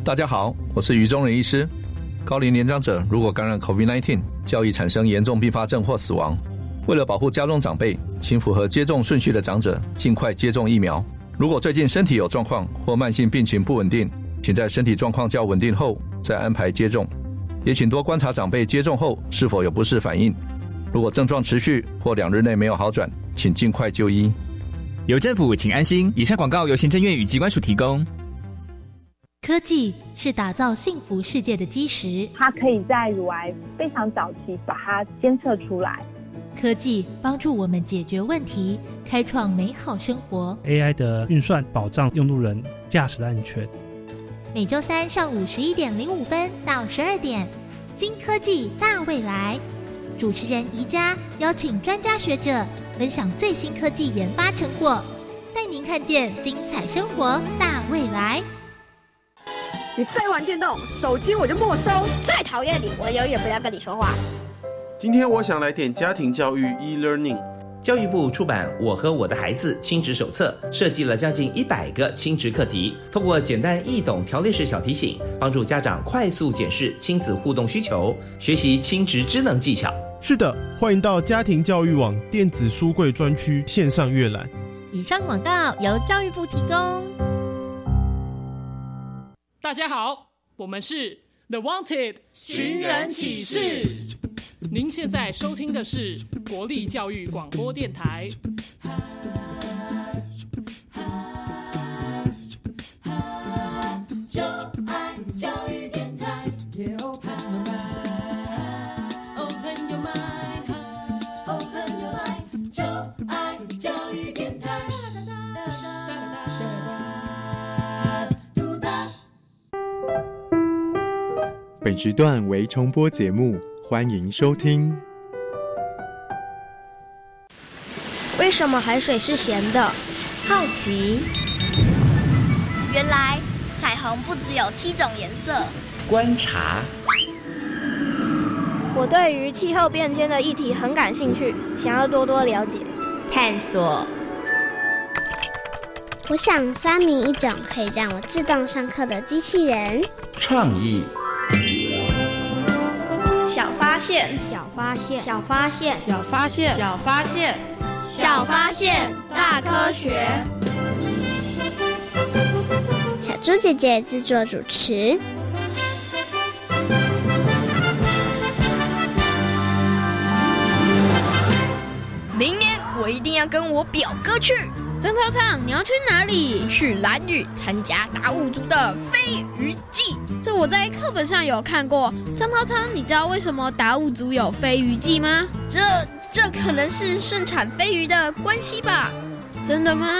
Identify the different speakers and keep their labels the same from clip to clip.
Speaker 1: 大家好，我是于中仁医师。高龄年长者如果感染 COVID-19， 较易产生严重并发症或死亡。为了保护家中长辈，请符合接种顺序的长者尽快接种疫苗。如果最近身体有状况或慢性病情不稳定，请在身体状况较稳定后再安排接种。也请多观察长辈接种后是否有不适反应。如果症状持续或2日内没有好转，请尽快就医。
Speaker 2: 有政府请安心。以上广告由行政院与疾管署提供。
Speaker 3: 科技是打造幸福世界的基石，
Speaker 4: 它可以在乳癌非常早期把它监测出来。
Speaker 3: 科技帮助我们解决问题，开创美好生活。
Speaker 5: AI 的运算保障用路人驾驶的安全。
Speaker 3: 每周三上午11点05分到12点，新科技大未来。主持人宜家邀请专家学者分享最新科技研发成果，带您看见精彩生活大未来。
Speaker 6: 你再玩电动，手机我就没收！再讨厌你，我永远不要跟你说话。
Speaker 7: 今天我想来点家庭教育 e-learning。
Speaker 8: 教育部出版《我和我的孩子亲职手册》，设计了将近100个亲职课题，透过简单易懂条列式小提醒，帮助家长快速检视亲子互动需求，学习亲职智能技巧。
Speaker 7: 是的，欢迎到家庭教育网电子书柜专区线上阅览。
Speaker 9: 以上广告由教育部提供。
Speaker 10: 大家好，我们是 The Wanted 寻人启事。您现在收听的是国立教育广播电台。就爱教育电台。Open your mind, open your mind, 就爱教育电台。
Speaker 11: 本时段为重播节目，欢迎收听。
Speaker 12: 为什么海水是咸的？
Speaker 13: 好奇。
Speaker 14: 原来彩虹不只有7种颜色。
Speaker 8: 观察。
Speaker 12: 我对于气候变迁的议题很感兴趣，想要多多了解。
Speaker 13: 探索。
Speaker 15: 我想发明一种可以让我自动上课的机器人。
Speaker 8: 创意。
Speaker 14: 小发现，
Speaker 12: 小发现，
Speaker 15: 小发现，
Speaker 10: 小发现，小发现，
Speaker 14: 小发现，大科学。
Speaker 15: 小猪姐姐制作主持。
Speaker 14: 明年我一定要跟我表哥去。
Speaker 12: 张涛昌，你要去哪里？
Speaker 14: 去兰屿参加达悟族的飞鱼季。
Speaker 12: 这我在课本上有看过。张涛昌，你知道为什么达悟族有飞鱼季吗？
Speaker 14: 这可能是盛产飞鱼的关系吧？
Speaker 12: 真的吗？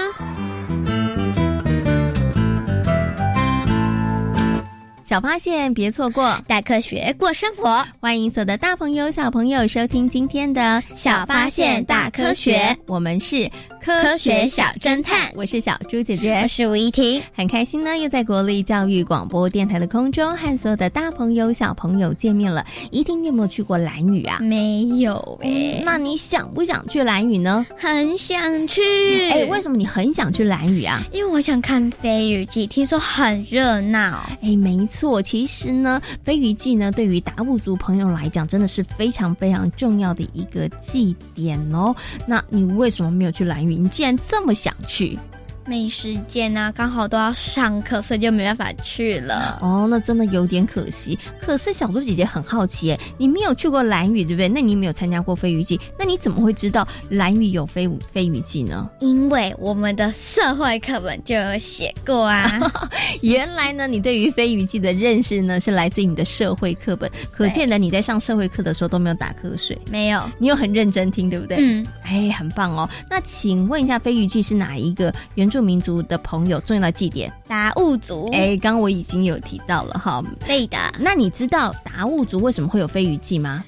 Speaker 13: 小发现别错过，
Speaker 14: 大科学过生活。
Speaker 13: 欢迎所有的大朋友小朋友收听今天的
Speaker 14: 小发现大科学，
Speaker 13: 我们是
Speaker 14: 科学小侦探。
Speaker 13: 我是小猪姐姐，
Speaker 14: 我是吴怡婷。
Speaker 13: 很开心呢，又在国立教育广播电台的空中和所有的大朋友小朋友见面了。怡婷，你有没有去过兰屿啊？
Speaker 14: 没有耶。
Speaker 13: 那你想不想去兰屿呢？
Speaker 14: 很想去。
Speaker 13: 为什么你很想去兰屿啊？
Speaker 14: 因为我想看飞鱼季，听说很热闹。
Speaker 13: 没错，其实呢，飞鱼季呢，对于达悟族朋友来讲，真的是非常非常重要的一个祭典哦。那你为什么没有去兰屿？你既然这么想去，
Speaker 14: 没时间啊，刚好都要上课，所以就没办法去了。
Speaker 13: 那真的有点可惜。可是小猪姐姐很好奇耶，你没有去过兰屿对不对？那你没有参加过飞鱼季，那你怎么会知道兰屿有飞鱼季呢？
Speaker 14: 因为我们的社会课本就有写过啊。
Speaker 13: 原来呢，你对于飞鱼季的认识呢，是来自于你的社会课本，可见的你在上社会课的时候都没有打瞌睡。
Speaker 14: 没有。
Speaker 13: 你有很认真听对不对？很棒哦。那请问一下，飞鱼季是哪一个原住民族的朋友重要的祭典？
Speaker 14: 达悟族。
Speaker 13: 刚刚我已经有提到了哈。
Speaker 14: 对的。
Speaker 13: 那你知道达悟族为什么会有飞鱼季吗？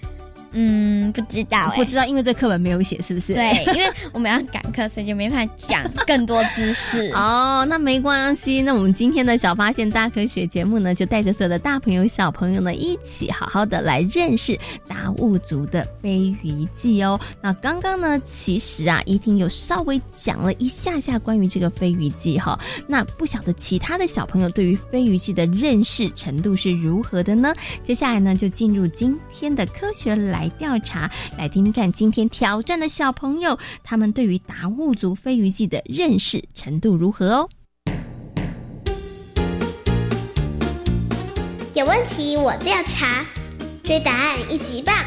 Speaker 14: 不知道
Speaker 13: 不知道，因为这课本没有写，是不是？
Speaker 14: 对，因为我们要赶课，所以就没办法讲更多知识。
Speaker 13: 哦，那没关系。那我们今天的小发现大科学节目呢，就带着所有的大朋友小朋友呢，一起好好的来认识达悟族的飞鱼记哦。那刚刚呢，其实啊，怡婷有稍微讲了一下下关于这个飞鱼记哈。那不晓得其他的小朋友对于飞鱼记的认识程度是如何的呢？接下来呢，就进入今天的科学来调查，来听听看今天挑战的小朋友他们对于达悟族飞鱼记的认识程度如何哦。
Speaker 15: 有问题我调查，追答案一级棒。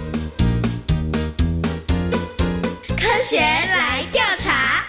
Speaker 9: 科学来调查。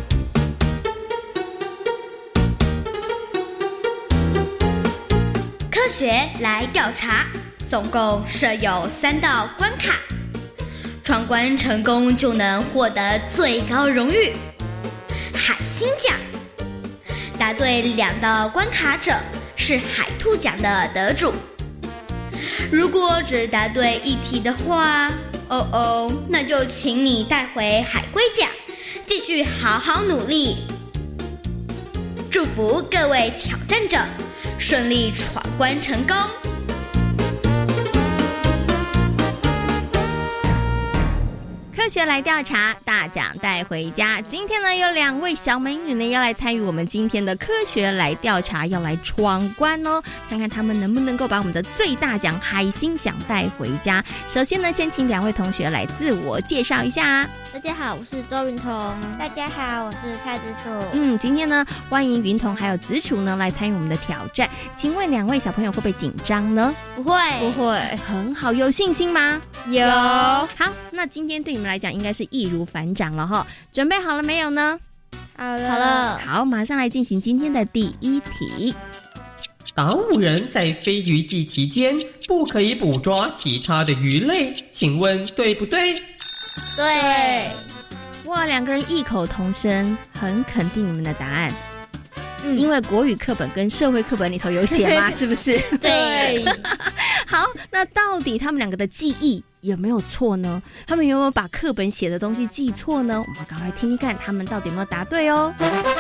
Speaker 9: 科学来调查，总共设有3道关卡，闯关成功就能获得最高荣誉海星奖。答对2道关卡者是海兔奖的得主。如果只答对1题的话，那就请你带回海龟奖，继续好好努力。祝福各位挑战者顺利闯关成功。
Speaker 13: 科学来调查，大奖带回家。今天呢，有2位小美女呢要来参与我们今天的科学来调查，要来闯关哦，看看他们能不能够把我们的最大奖海星奖带回家。首先呢，先请2位同学来自我介绍一下。
Speaker 14: 大家好，我是周云彤。
Speaker 15: 大家好，我是蔡子楚。
Speaker 13: 今天呢，欢迎云彤还有子楚呢来参与我们的挑战。请问2位小朋友会不会紧张呢？
Speaker 14: 不会，
Speaker 13: 很好，有信心吗？
Speaker 14: 有。
Speaker 13: 好，那今天对你们来讲应该是易如反掌了哈。准备好了没有呢？
Speaker 14: 好了。
Speaker 13: 好，马上来进行今天的第1题。
Speaker 16: 达悟人在飞鱼季期间不可以捕捉其他的鱼类，请问对不对？
Speaker 14: 对。
Speaker 13: 哇，2个人异口同声，很肯定你们的答案。因为国语课本跟社会课本里头有写吗？是不是？
Speaker 14: 对。
Speaker 13: 好，那到底他们2个的记忆有没有错呢？他们有没有把课本写的东西记错呢？我们赶快听听看他们到底有没有答对哦。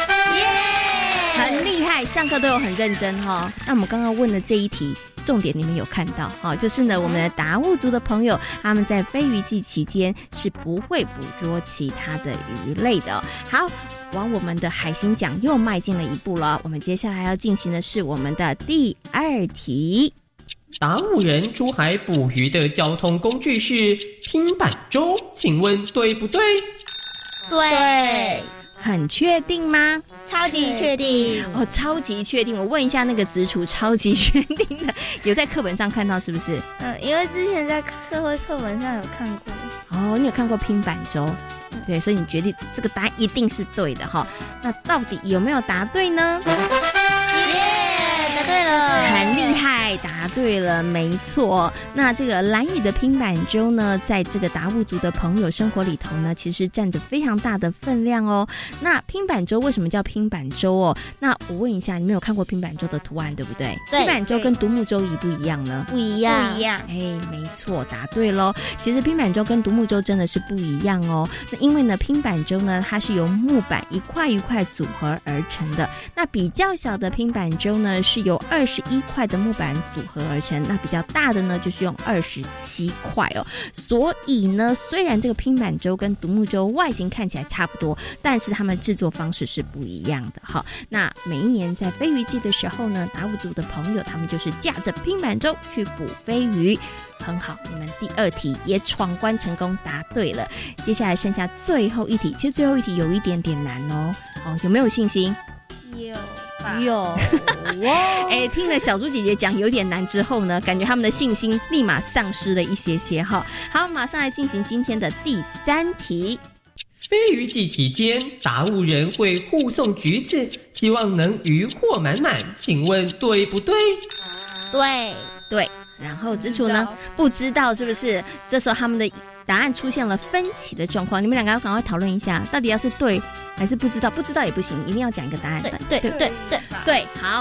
Speaker 13: 很厉害，上课都有很认真哈。那我们刚刚问的这一题重点你们有看到哈，就是呢我们的达悟族的朋友，他们在飞鱼季期间是不会捕捉其他的鱼类的。好，往我们的海星奖又迈进了一步了。我们接下来要进行的是我们的第2题。
Speaker 16: 达悟人出海捕鱼的交通工具是拼板舟，请问对不对？
Speaker 14: 对。
Speaker 13: 很确定吗？
Speaker 14: 超级确定
Speaker 13: 哦，超级确定。我问一下那个子楚，超级确定的，有在课本上看到是不是？
Speaker 14: 因为之前在社会课本上有看过。
Speaker 13: 哦，你有看过拼板舟？对，所以你决定这个答案一定是对的哈。那到底有没有答对呢？
Speaker 14: 答对了，
Speaker 13: 很厉害，答对了，没错。那这个兰屿的拼板舟呢，在这个达悟族的朋友生活里头呢，其实占着非常大的分量哦。那拼板舟为什么叫拼板舟哦？那我问一下，你们有看过拼板舟的图案对不对？
Speaker 14: 对。
Speaker 13: 拼板舟跟独木舟一不一样呢？
Speaker 14: 不一样。
Speaker 13: 没错，答对咯。其实拼板舟跟独木舟真的是不一样哦。那因为呢，拼板舟呢，它是由木板一块一块组合而成的。那比较小的拼板舟呢，是由21块的木板组合而成，那比较大的呢就是用27块哦。所以呢，虽然这个拼板舟跟独木舟外形看起来差不多，但是它们制作方式是不一样的哈。那每一年在飞鱼季的时候呢，达悟族的朋友他们就是驾着拼板舟去捕飞鱼。很好，你们第2题也闯关成功，答对了。接下来剩下最后1题，其实最后1题有一点点难哦。有没有信心？
Speaker 14: 有
Speaker 13: 听了小猪姐姐讲有点难之后呢，感觉他们的信心立马丧失了一些哈。好，马上来进行今天的第3题。
Speaker 16: 飞鱼季期间，达悟人会护送橘子，希望能渔获满满，请问对不对？
Speaker 14: 对。
Speaker 13: 然后子楚呢？不知道是不是？这时候他们的答案出现了分歧的状况，你们2个要赶快讨论一下，到底要是对还是不知道？不知道也不行，一定要讲一个答案。
Speaker 14: 对。
Speaker 13: 好，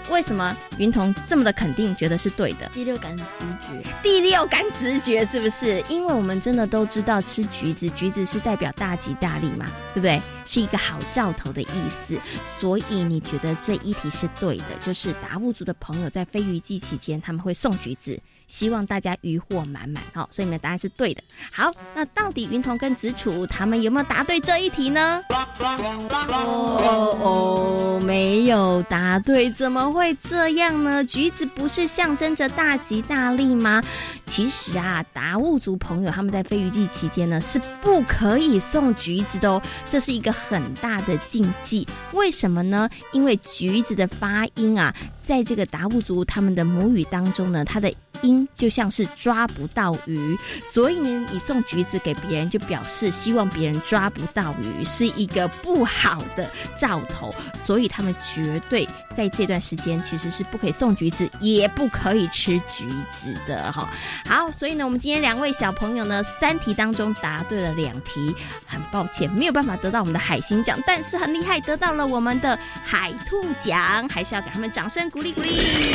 Speaker 13: 为什么云彤这么的肯定觉得是对的？
Speaker 14: 第六感直觉，
Speaker 13: 第六感直觉是不是？因为我们真的都知道吃橘子，橘子是代表大吉大利嘛，对不对？是一个好兆头的意思，所以你觉得这一题是对的，就是达悟族的朋友在飞鱼季期间他们会送橘子，希望大家渔获满满，所以你们的答案是对的。好，那到底云彤跟子楚他们有没有答对这一题呢？没有答对，怎么会这样呢？橘子不是象征着大吉大利吗？其实啊，达悟族朋友他们在飞鱼季期间呢是不可以送橘子的哦，这是一个很大的禁忌。为什么呢？因为橘子的发音啊，在这个达悟族他们的母语当中呢，它的音就像是抓不到鱼，所以呢，你送橘子给别人就表示希望别人抓不到鱼，是一个不好的兆头，所以他们绝对在这段时间其实是不可以送橘子，也不可以吃橘子的哈。好，所以呢，我们今天2位小朋友呢，3题当中答对了2题，很抱歉没有办法得到我们的海星奖，但是很厉害，得到了我们的海兔奖，还是要给他们掌声鼓励鼓励。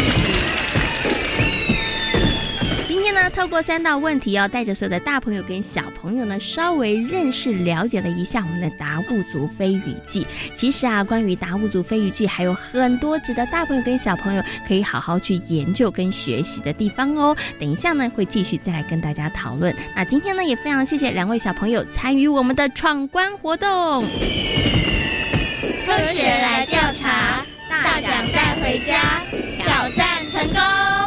Speaker 13: 今天呢，透过3道问题带着所有的大朋友跟小朋友呢，稍微认识了解了一下我们的达悟族飞鱼季。其实啊，关于达悟族飞鱼季还有很多值得大朋友跟小朋友可以好好去研究跟学习的地方哦。等一下呢，会继续再来跟大家讨论。那今天呢，也非常谢谢2位小朋友参与我们的闯关活动。
Speaker 9: 科学来调查，大奖带回家，挑战成功。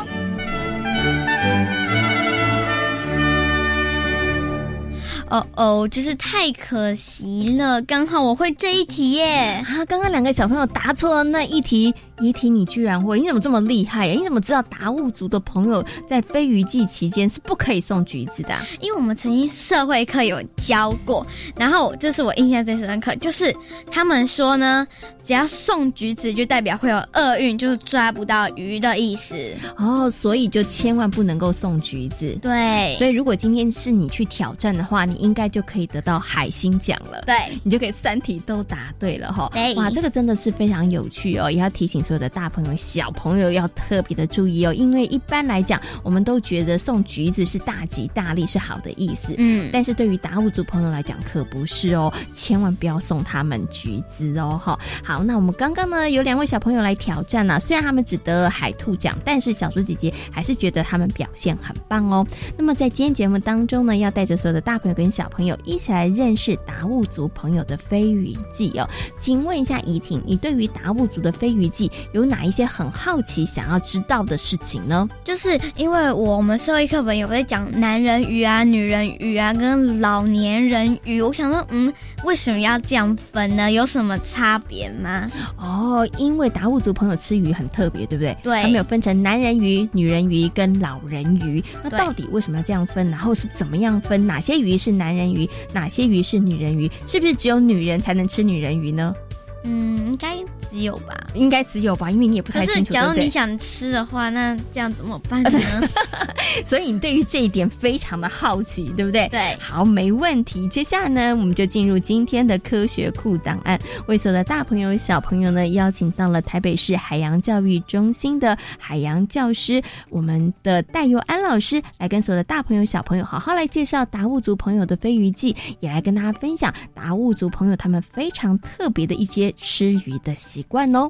Speaker 9: 真是太可惜了，刚好我会这一题耶！
Speaker 13: 刚刚2个小朋友答错了那一题，一题你居然会，你怎么这么厉害呀？你怎么知道达悟族的朋友在飞鱼季期间是不可以送橘子的？
Speaker 14: 因为我们曾经社会课有教过，然后这是我印象最深刻，就是他们说呢，只要送橘子就代表会有厄运，就是抓不到鱼的意思。
Speaker 13: 所以就千万不能够送橘子。
Speaker 14: 对，
Speaker 13: 所以如果今天是你去挑战的话，你应该就可以得到海星奖了。
Speaker 14: 对，
Speaker 13: 你就可以3题都答对了哈。
Speaker 14: 对，
Speaker 13: 哇，这个真的是非常有趣哦，也要提醒所有的大朋友小朋友要特别的注意哦，因为一般来讲我们都觉得送橘子是大吉大利，是好的意思，但是对于达悟族朋友来讲可不是哦，千万不要送他们橘子哦。好，那我们刚刚呢有2位小朋友来挑战啊，虽然他们只得了海兔奖，但是小猪姐姐还是觉得他们表现很棒哦。那么在今天节目当中呢，要带着所有的大朋友跟小朋友一起来认识达悟族朋友的飞鱼季哦。请问一下怡婷，你对于达悟族的飞鱼季有哪一些很好奇想要知道的事情呢？
Speaker 14: 就是因为我们社会课本有在讲男人鱼啊、女人鱼啊跟老年人鱼，我想说为什么要这样分呢？有什么差别吗？
Speaker 13: 因为达悟族朋友吃鱼很特别，对不对？
Speaker 14: 对，
Speaker 13: 他们有分成男人鱼、女人鱼跟老人鱼。那到底为什么要这样分？然后是怎么样分？哪些鱼是男人鱼，哪些鱼是女人鱼？是不是只有女人才能吃女人鱼呢？
Speaker 14: 应该只有吧，
Speaker 13: 应该只有吧，因为你也不太清楚。
Speaker 14: 可是假如你想吃的话，那这样怎么办呢？
Speaker 13: 所以你对于这一点非常的好奇，对不对？
Speaker 14: 对，
Speaker 13: 好，没问题。接下来呢，我们就进入今天的科学库档案，为所有的大朋友小朋友呢，邀请到了台北市海洋教育中心的海洋教师，我们的戴佑安老师，来跟所有的大朋友小朋友好好来介绍达悟族朋友的飞鱼季，也来跟大家分享达悟族朋友他们非常特别的一些吃鱼的习惯哦。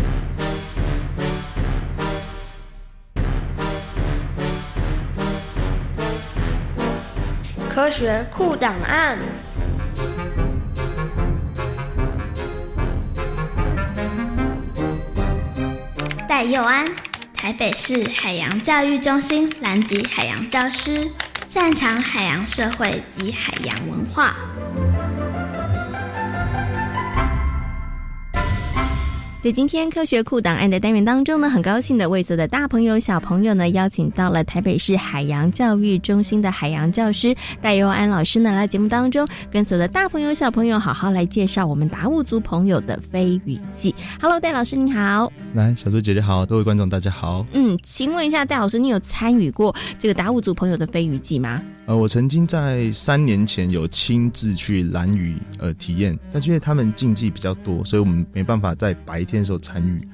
Speaker 17: 科学库档案。
Speaker 9: 戴佑安，台北市海洋教育中心蓝级海洋教师，擅长海洋社会及海洋文化。
Speaker 13: 在今天科学库档案的单元当中呢，很高兴的为所有的大朋友小朋友呢，邀请到了台北市海洋教育中心的海洋教师戴佑安老师呢，来节目当中跟所有的大朋友小朋友好好来介绍我们达悟族朋友的飞鱼季。Hello， 戴老师你好。
Speaker 18: 来，小猪姐姐好，各位观众大家好。
Speaker 13: 请问一下戴老师，你有参与过这个达悟族朋友的飞鱼季吗？
Speaker 18: 我曾经在3年前有亲自去兰屿体验，但是因为他们竞技比较多，所以我们没办法在白天的时候参与。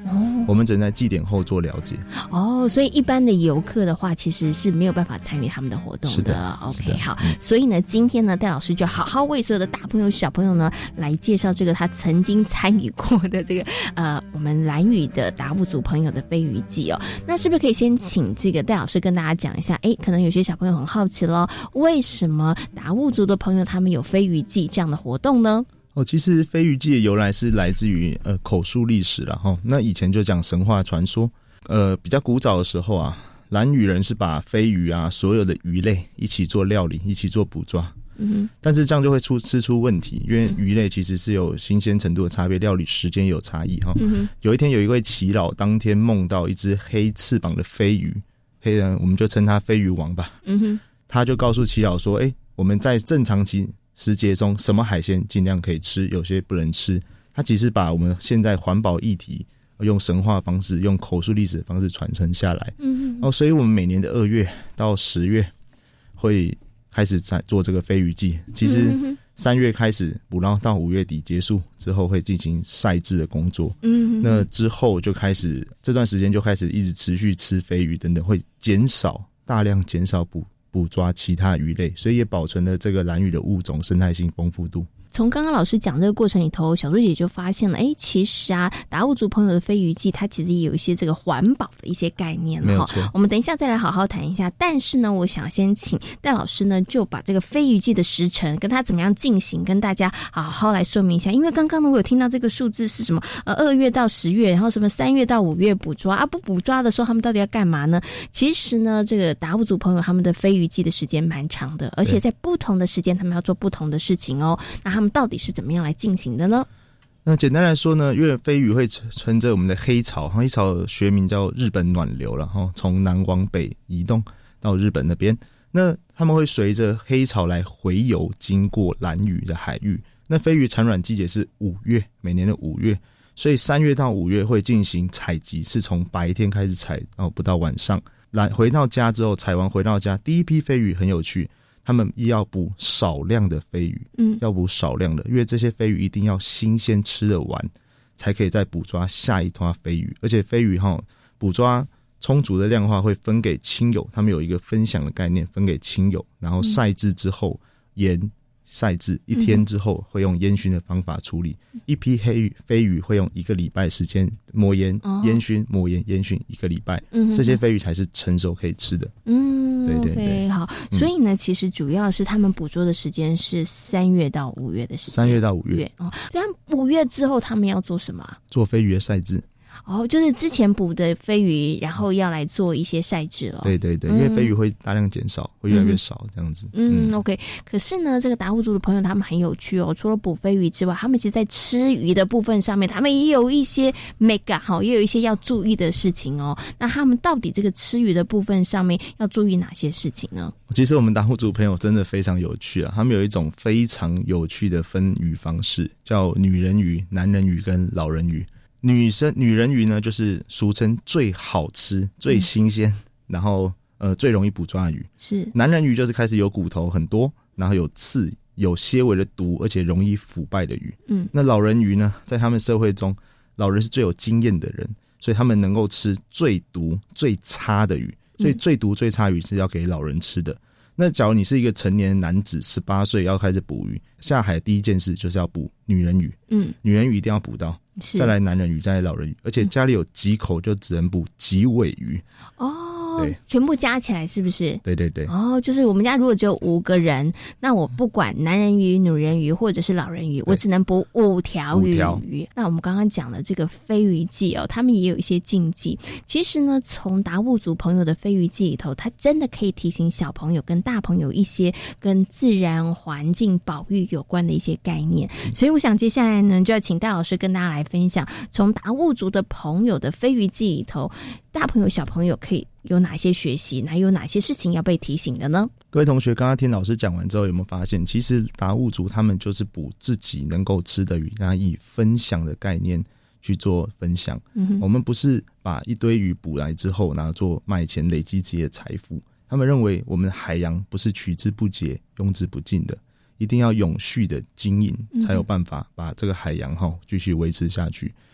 Speaker 18: 我们只能在祭典后做了解。
Speaker 13: 所以一般的游客的话其实是没有办法参与他们的活动的。
Speaker 18: 是的
Speaker 13: OK， 好，所以呢今天呢戴老师就好好为所有的大朋友小朋友呢来介绍这个他曾经参与过的这个我们兰屿的达悟族朋友的飞鱼季哦。那是不是可以先请这个戴老师跟大家讲一下，可能有些小朋友很好奇咯，为什么达悟族的朋友他们有飞鱼季这样的活动呢？
Speaker 18: 其实飞鱼季的由来是来自于口述历史啦齁。那以前就讲神话传说，比较古早的时候啊，兰屿人是把飞鱼啊所有的鱼类一起做料理，一起做捕抓。但是这样就会吃出问题，因为鱼类其实是有新鲜程度的差别，料理时间有差异齁。有一天有一位耆老当天梦到一只黑翅膀的飞鱼，黑人我们就称他飞鱼王吧。他就告诉耆老说，我们在正常时节中什么海鲜尽量可以吃，有些不能吃。他其实把我们现在环保议题用神话方式，用口述历史的方式传承下来。所以我们每年的2月到10月会开始做这个飞鱼季。其实3月开始捕捞到5月底结束之后会进行晒制的工作。那之后就开始这段时间就开始一直持续吃飞鱼等等，会大量减少捕抓其他鱼类，所以也保存了这个兰屿的物种生态性丰富度。
Speaker 13: 从刚刚老师讲这个过程里头，小猪姐就发现了，其实啊，达悟族朋友的飞鱼季，它其实也有一些这个环保的一些概念了。
Speaker 18: 没有错。
Speaker 13: 我们等一下再来好好谈一下。但是呢，我想先请戴老师呢，就把这个飞鱼季的时程跟它怎么样进行，跟大家好好来说明一下。因为刚刚呢，我有听到这个数字是什么，2月到10月，然后什么3月到5月捕抓啊，不捕抓的时候他们到底要干嘛呢？其实呢，这个达悟族朋友他们的飞鱼季的时间蛮长的，而且在不同的时间他们要做不同的事情哦。那他们到底是怎么样来进行的呢？
Speaker 18: 那简单来说呢，因为飞鱼会乘着我们的黑潮，黑潮学名叫日本暖流，然后从南往北移动到日本那边。那他们会随着黑潮来回游，经过兰屿的海域。那飞鱼产卵季节是5月，每年的5月，所以3月到5月会进行采集，是从白天开始采，然后不到晚上。回到家之后，采完回到家，第一批飞鱼很有趣。他们要捕少量的飞鱼，要捕少量的，因为这些飞鱼一定要新鲜吃得完，才可以再捕抓下一团飞鱼。而且飞鱼捕抓充足的量的话，会分给亲友，他们有一个分享的概念，分给亲友，然后晒制之后盐晒制1天之后会用烟熏的方法处理。一批飞鱼会用1个礼拜时间抹盐、烟熏、抹盐、烟熏1个礼拜，这些飞鱼才是成熟可以吃的。对对对，
Speaker 13: 好。所以呢，其实主要是他们捕捉的时间是3月到5月的时间。
Speaker 18: 3月到5月。
Speaker 13: 这样5月之后他们要做什么？
Speaker 18: 做飞鱼的晒制。
Speaker 13: 就是之前捕的飞鱼，然后要来做一些晒制了。
Speaker 18: 对对对，因为飞鱼会大量减少，会越来越少这样子。
Speaker 13: OK。可是呢，这个达悟族的朋友他们很有趣哦，除了捕飞鱼之外，他们其实在吃鱼的部分上面，他们也有一些 mega 也有一些要注意的事情哦。那他们到底这个吃鱼的部分上面要注意哪些事情呢？
Speaker 18: 其实我们达悟族朋友真的非常有趣啊，他们有一种非常有趣的分鱼方式，叫女人鱼、男人鱼跟老人鱼。女人鱼呢，就是俗称最好吃、最新鲜，然后最容易捕抓的鱼。是男人鱼就是开始有骨头很多，然后有刺、有些微的毒，而且容易腐败的鱼。那老人鱼呢，在他们社会中，老人是最有经验的人，所以他们能够吃最毒、最差的鱼。所以最毒、最差鱼是要给老人吃的。那假如你是一个成年男子，18岁要开始捕鱼，下海第一件事就是要捕女人鱼。女人鱼一定要捕到，再来男人鱼，再来老人鱼，而且家里有几口就只能捕几尾鱼。对，
Speaker 13: 全部加起来是不是？
Speaker 18: 对对对。
Speaker 13: 就是我们家如果只有5个人，那我不管男人鱼、女人鱼或者是老人鱼，我只能捕5条鱼。那我们刚刚讲的这个飞鱼季他们也有一些禁忌。其实呢，从达悟族朋友的飞鱼季里头，它真的可以提醒小朋友跟大朋友一些跟自然环境保育有关的一些概念。所以我想接下来呢，就要请戴老师跟大家来分享，从达悟族的朋友的飞鱼季里头，大朋友小朋友可以有哪些学习，还有哪些事情要被提醒的呢？
Speaker 18: 各位同学刚刚听老师讲完之后，有没有发现其实达悟族他们就是捕自己能够吃的鱼，然后以分享的概念去做分享。我们不是把一堆鱼捕来之后拿做卖钱累积自己的财富，他们认为我们的海洋不是取之不竭用之不尽的，一定要永续的经营才有办法把这个海洋继续维持下去。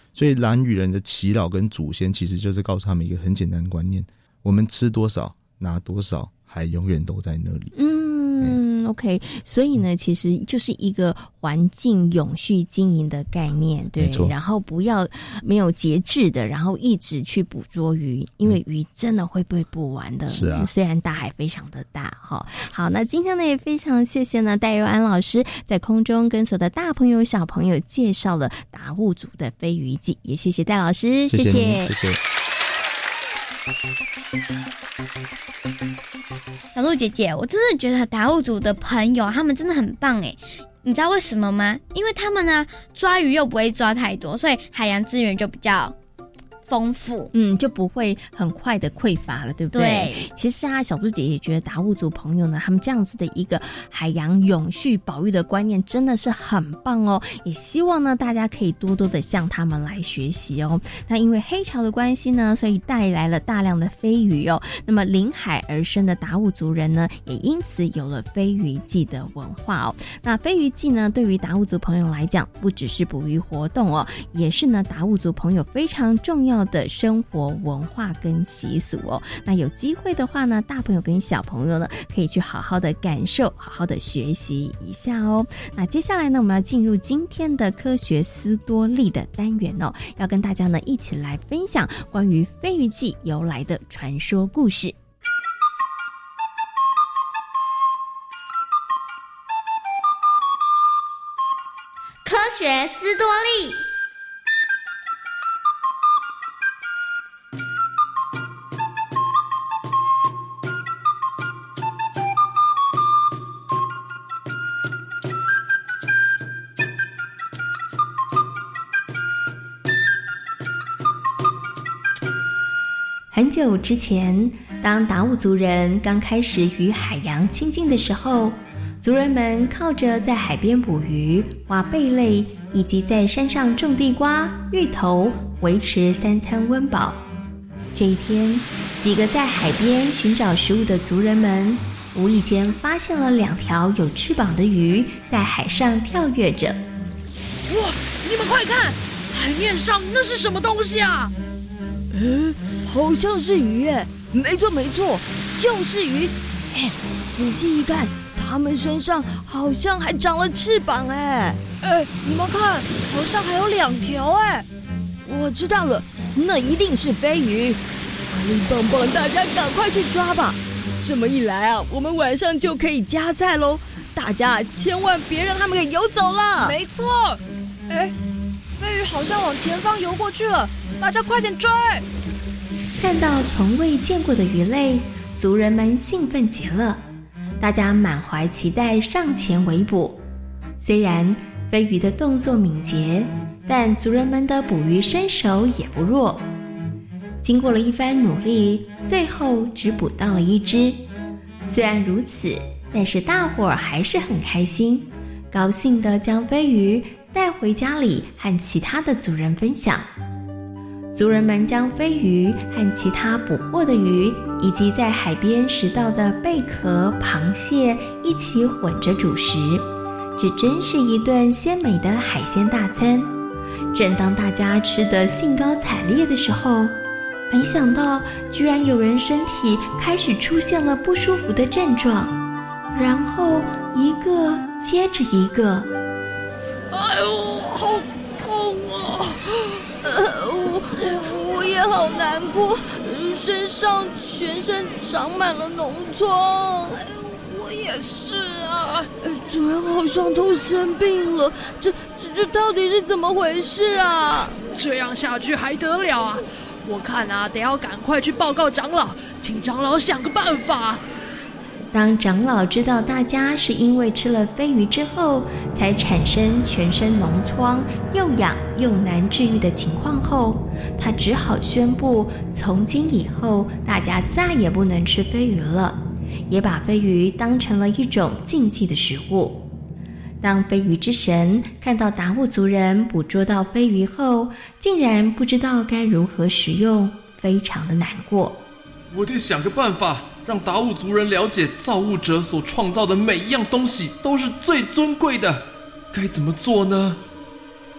Speaker 18: 所以兰屿人的耆老跟祖先其实就是告诉他们一个很简单的观念：我们吃多少拿多少，海永远都在那里。
Speaker 13: OK， 所以呢，其实就是一个环境永续经营的概念，对，然后不要没有节制的，然后一直去捕捉鱼，因为鱼真的会被捕完的。
Speaker 18: 是啊，
Speaker 13: 虽然大海非常的大哈。好，那今天呢也非常谢谢呢戴佑安老师在空中跟所有的大朋友小朋友介绍了达悟族的飞鱼记，也谢谢戴老师，谢谢。
Speaker 14: 小鹿姐姐，我真的觉得达悟族的朋友他们真的很棒耶，你知道为什么吗？因为他们呢抓鱼又不会抓太多，所以海洋资源就比较丰富，
Speaker 13: 就不会很快的匮乏了，对不对？对。其实啊，小猪姐也觉得达悟族朋友呢，他们这样子的一个海洋永续保育的观念真的是很棒哦，也希望呢大家可以多多的向他们来学习哦。那因为黑潮的关系呢，所以带来了大量的飞鱼哦。那么临海而生的达悟族人呢，也因此有了飞鱼季的文化哦。那飞鱼季呢，对于达悟族朋友来讲，不只是捕鱼活动哦，也是呢达悟族朋友非常重要的生活文化跟习俗哦。那有机会的话呢，大朋友跟小朋友呢，可以去好好的感受，好好的学习一下哦。那接下来呢，我们要进入今天的科学斯多利的单元哦，要跟大家呢一起来分享关于飞鱼季由来的传说故事。
Speaker 9: 科学斯多利。
Speaker 13: 很久之前，当达悟族人刚开始与海洋亲近的时候，族人们靠着在海边捕鱼、挖贝类，以及在山上种地瓜、芋头，维持3餐温饱。这一天，几个在海边寻找食物的族人们，无意间发现了2条有翅膀的鱼在海上跳跃着。
Speaker 19: 哇！你们快看，海面上那是什么东西啊？
Speaker 20: 好像是鱼耶！没错，就是鱼。仔细一看，它们身上好像还长了翅膀哎！
Speaker 19: 你们看，好像还有2条哎！
Speaker 20: 我知道了，那一定是飞鱼。棒棒，大家赶快去抓吧！这么一来啊，我们晚上就可以加菜喽！大家千万别让他们给游走了。
Speaker 19: 没错。飞鱼好像往前方游过去了，大家快点追！
Speaker 13: 看到从未见过的鱼类，族人们兴奋极了，大家满怀期待上前围捕。虽然飞鱼的动作敏捷，但族人们的捕鱼身手也不弱。经过了一番努力，最后只捕到了1只。虽然如此，但是大伙儿还是很开心，高兴地将飞鱼带回家里和其他的族人分享。族人们将飞鱼和其他捕获的鱼，以及在海边拾到的贝壳、螃蟹一起混着煮食，这真是一顿鲜美的海鲜大餐。正当大家吃得兴高采烈的时候，没想到居然有人身体开始出现了不舒服的症状，然后一个接着一个。
Speaker 19: 哎呦，好痛啊！
Speaker 20: 我也好难过，全身长满了脓疮。
Speaker 19: 我也是啊，
Speaker 20: 主人好像都生病了，这到底是怎么回事啊？
Speaker 19: 这样下去还得了啊！我看啊，得要赶快去报告长老，请长老想个办法。
Speaker 13: 当长老知道大家是因为吃了飞鱼之后才产生全身脓疮又痒又难治愈的情况后，他只好宣布从今以后大家再也不能吃飞鱼了，也把飞鱼当成了一种禁忌的食物。当飞鱼之神看到达悟族人捕捉到飞鱼后，竟然不知道该如何食用，非常的难过。
Speaker 21: 我得想个办法让达悟族人了解造物者所创造的每一样东西都是最尊贵的，该怎么做呢？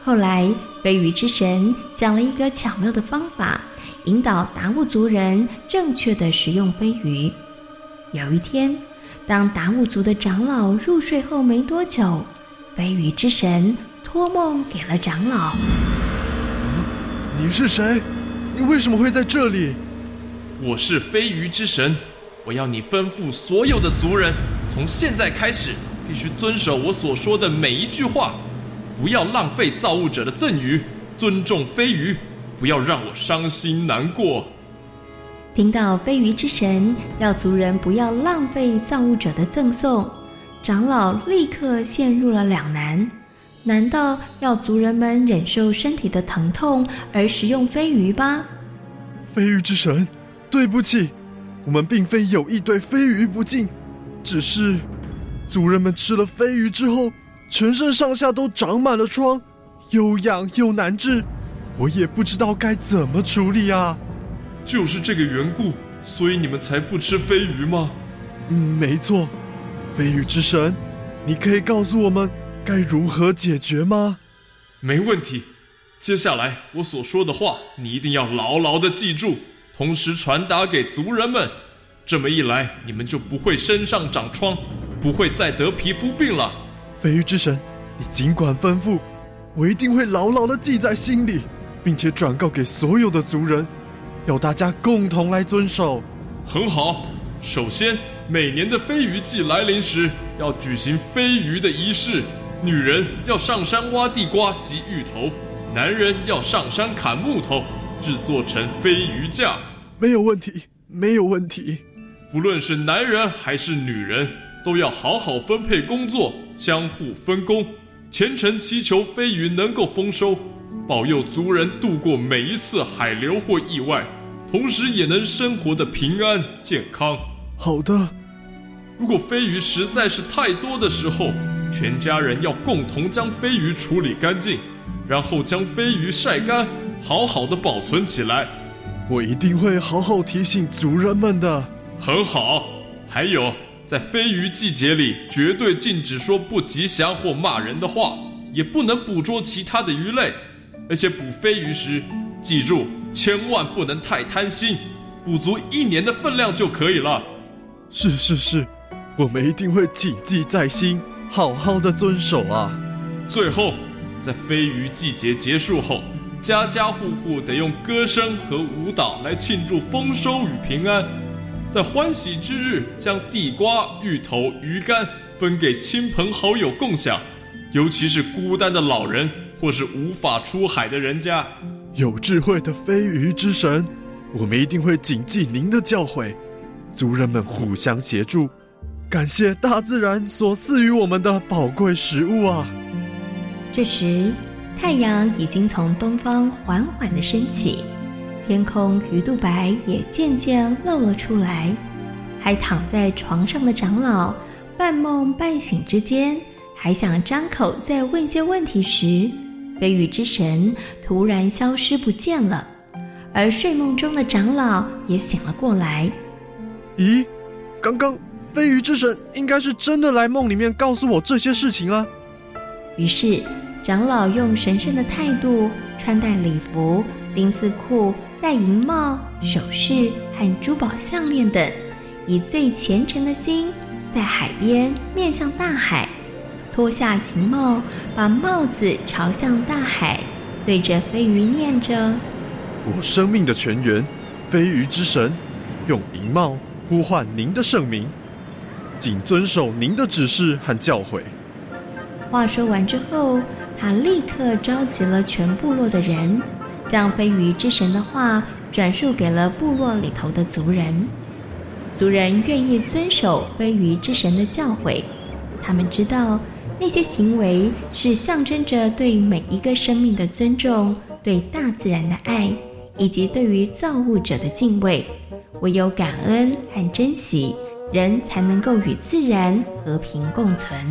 Speaker 13: 后来飞鱼之神想了一个巧妙的方法，引导达悟族人正确的使用飞鱼。有一天，当达悟族的长老入睡后没多久，飞鱼之神托梦给了长老。
Speaker 1: 你是谁？你为什么会在这里？
Speaker 21: 我是飞鱼之神，我要你吩咐所有的族人，从现在开始必须遵守我所说的每一句话，不要浪费造物者的赠予，尊重飞鱼，不要让我伤心难过。
Speaker 13: 听到飞鱼之神要族人不要浪费造物者的赠送，长老立刻陷入了两难。难道要族人们忍受身体的疼痛而食用飞鱼吗？
Speaker 1: 飞鱼之神，对不起，我们并非有意对飞鱼不敬，只是族人们吃了飞鱼之后，全身上下都长满了疮，又痒又难治，我也不知道该怎么处理啊。
Speaker 21: 就是这个缘故，所以你们才不吃飞鱼吗？
Speaker 1: 没错。飞鱼之神，你可以告诉我们该如何解决吗？
Speaker 21: 没问题，接下来我所说的话你一定要牢牢地记住，同时传达给族人们，这么一来你们就不会身上长疮，不会再得皮肤病了。
Speaker 1: 飞鱼之神，你尽管吩咐，我一定会牢牢地记在心里，并且转告给所有的族人，要大家共同来遵守。
Speaker 21: 很好，首先每年的飞鱼季来临时，要举行飞鱼的仪式，女人要上山挖地瓜及芋头，男人要上山砍木头，制作成飞鱼架。
Speaker 1: 没有问题，没有问题。
Speaker 21: 不论是男人还是女人，都要好好分配工作，相互分工，虔诚祈求飞鱼能够丰收，保佑族人度过每一次海流或意外，同时也能生活得平安健康。
Speaker 1: 好的。
Speaker 21: 如果飞鱼实在是太多的时候，全家人要共同将飞鱼处理干净，然后将飞鱼晒干，好好的保存起来。
Speaker 1: 我一定会好好提醒族人们的。
Speaker 21: 很好。还有，在飞鱼季节里，绝对禁止说不吉祥或骂人的话，也不能捕捉其他的鱼类。而且捕飞鱼时，记住千万不能太贪心，捕足1年的分量就可以了。
Speaker 1: 是，我们一定会谨记在心，好好的遵守啊。
Speaker 21: 最后，在飞鱼季节结束后，家家户户得用歌声和舞蹈来庆祝丰收与平安。在欢喜之日，将地瓜、芋头、鱼干分给亲朋好友共享，尤其是孤单的老人或是无法出海的人家。
Speaker 1: 有智慧的飞鱼之神，我们一定会谨记您的教诲，族人们互相协助，感谢大自然所赐予我们的宝贵食物啊。
Speaker 13: 这时，太阳已经从东方缓缓地升起，天空鱼肚白也渐渐露了出来。还躺在床上的长老半梦半醒之间，还想张口再问些问题时，飞鱼之神突然消失不见了，而睡梦中的长老也醒了过来。
Speaker 1: 咦，刚刚飞鱼之神应该是真的来梦里面告诉我这些事情啊。
Speaker 13: 于是长老用神圣的态度，穿戴礼服、丁字裤、戴银帽、首饰和珠宝项链等，以最虔诚的心，在海边面向大海，脱下银帽，把帽子朝向大海，对着飞鱼念着：
Speaker 1: 我生命的泉源，飞鱼之神，用银帽呼唤您的圣名，谨遵守您的指示和教诲。
Speaker 13: 话说完之后，他立刻召集了全部落的人，将飞鱼之神的话转述给了部落里头的族人。族人愿意遵守飞鱼之神的教诲，他们知道那些行为是象征着对每一个生命的尊重，对大自然的爱，以及对于造物者的敬畏。唯有感恩和珍惜，人才能够与自然和平共存。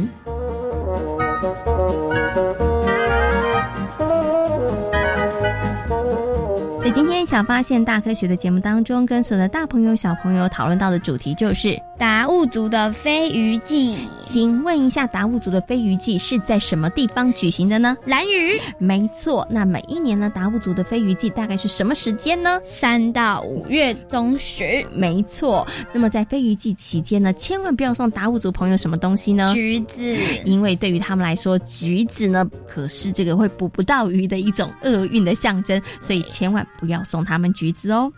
Speaker 13: 在今天小发现大科学的节目当中，跟所有的大朋友小朋友讨论到的主题就是
Speaker 14: 达悟族的飞鱼季。
Speaker 13: 请问一下，达悟族的飞鱼季是在什么地方举行的呢？
Speaker 14: 兰屿。
Speaker 13: 没错，那每一年呢，达悟族的飞鱼季大概是什么时间呢
Speaker 14: ？3到5月中旬。
Speaker 13: 没错。那么在飞鱼季期间呢，千万不要送达悟族朋友什么东西呢？
Speaker 14: 橘子。
Speaker 13: 因为对于他们来说，橘子呢可是这个会捕不到鱼的一种厄运的象征，所以千万不要送他们橘子哦。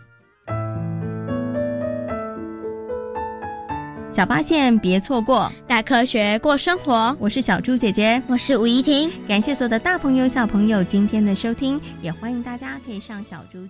Speaker 13: 小发现别错过，
Speaker 14: 大科学过生活。
Speaker 13: 我是小猪姐姐，
Speaker 14: 我是吴怡婷。
Speaker 13: 感谢所有的大朋友小朋友今天的收听，也欢迎大家可以上小猪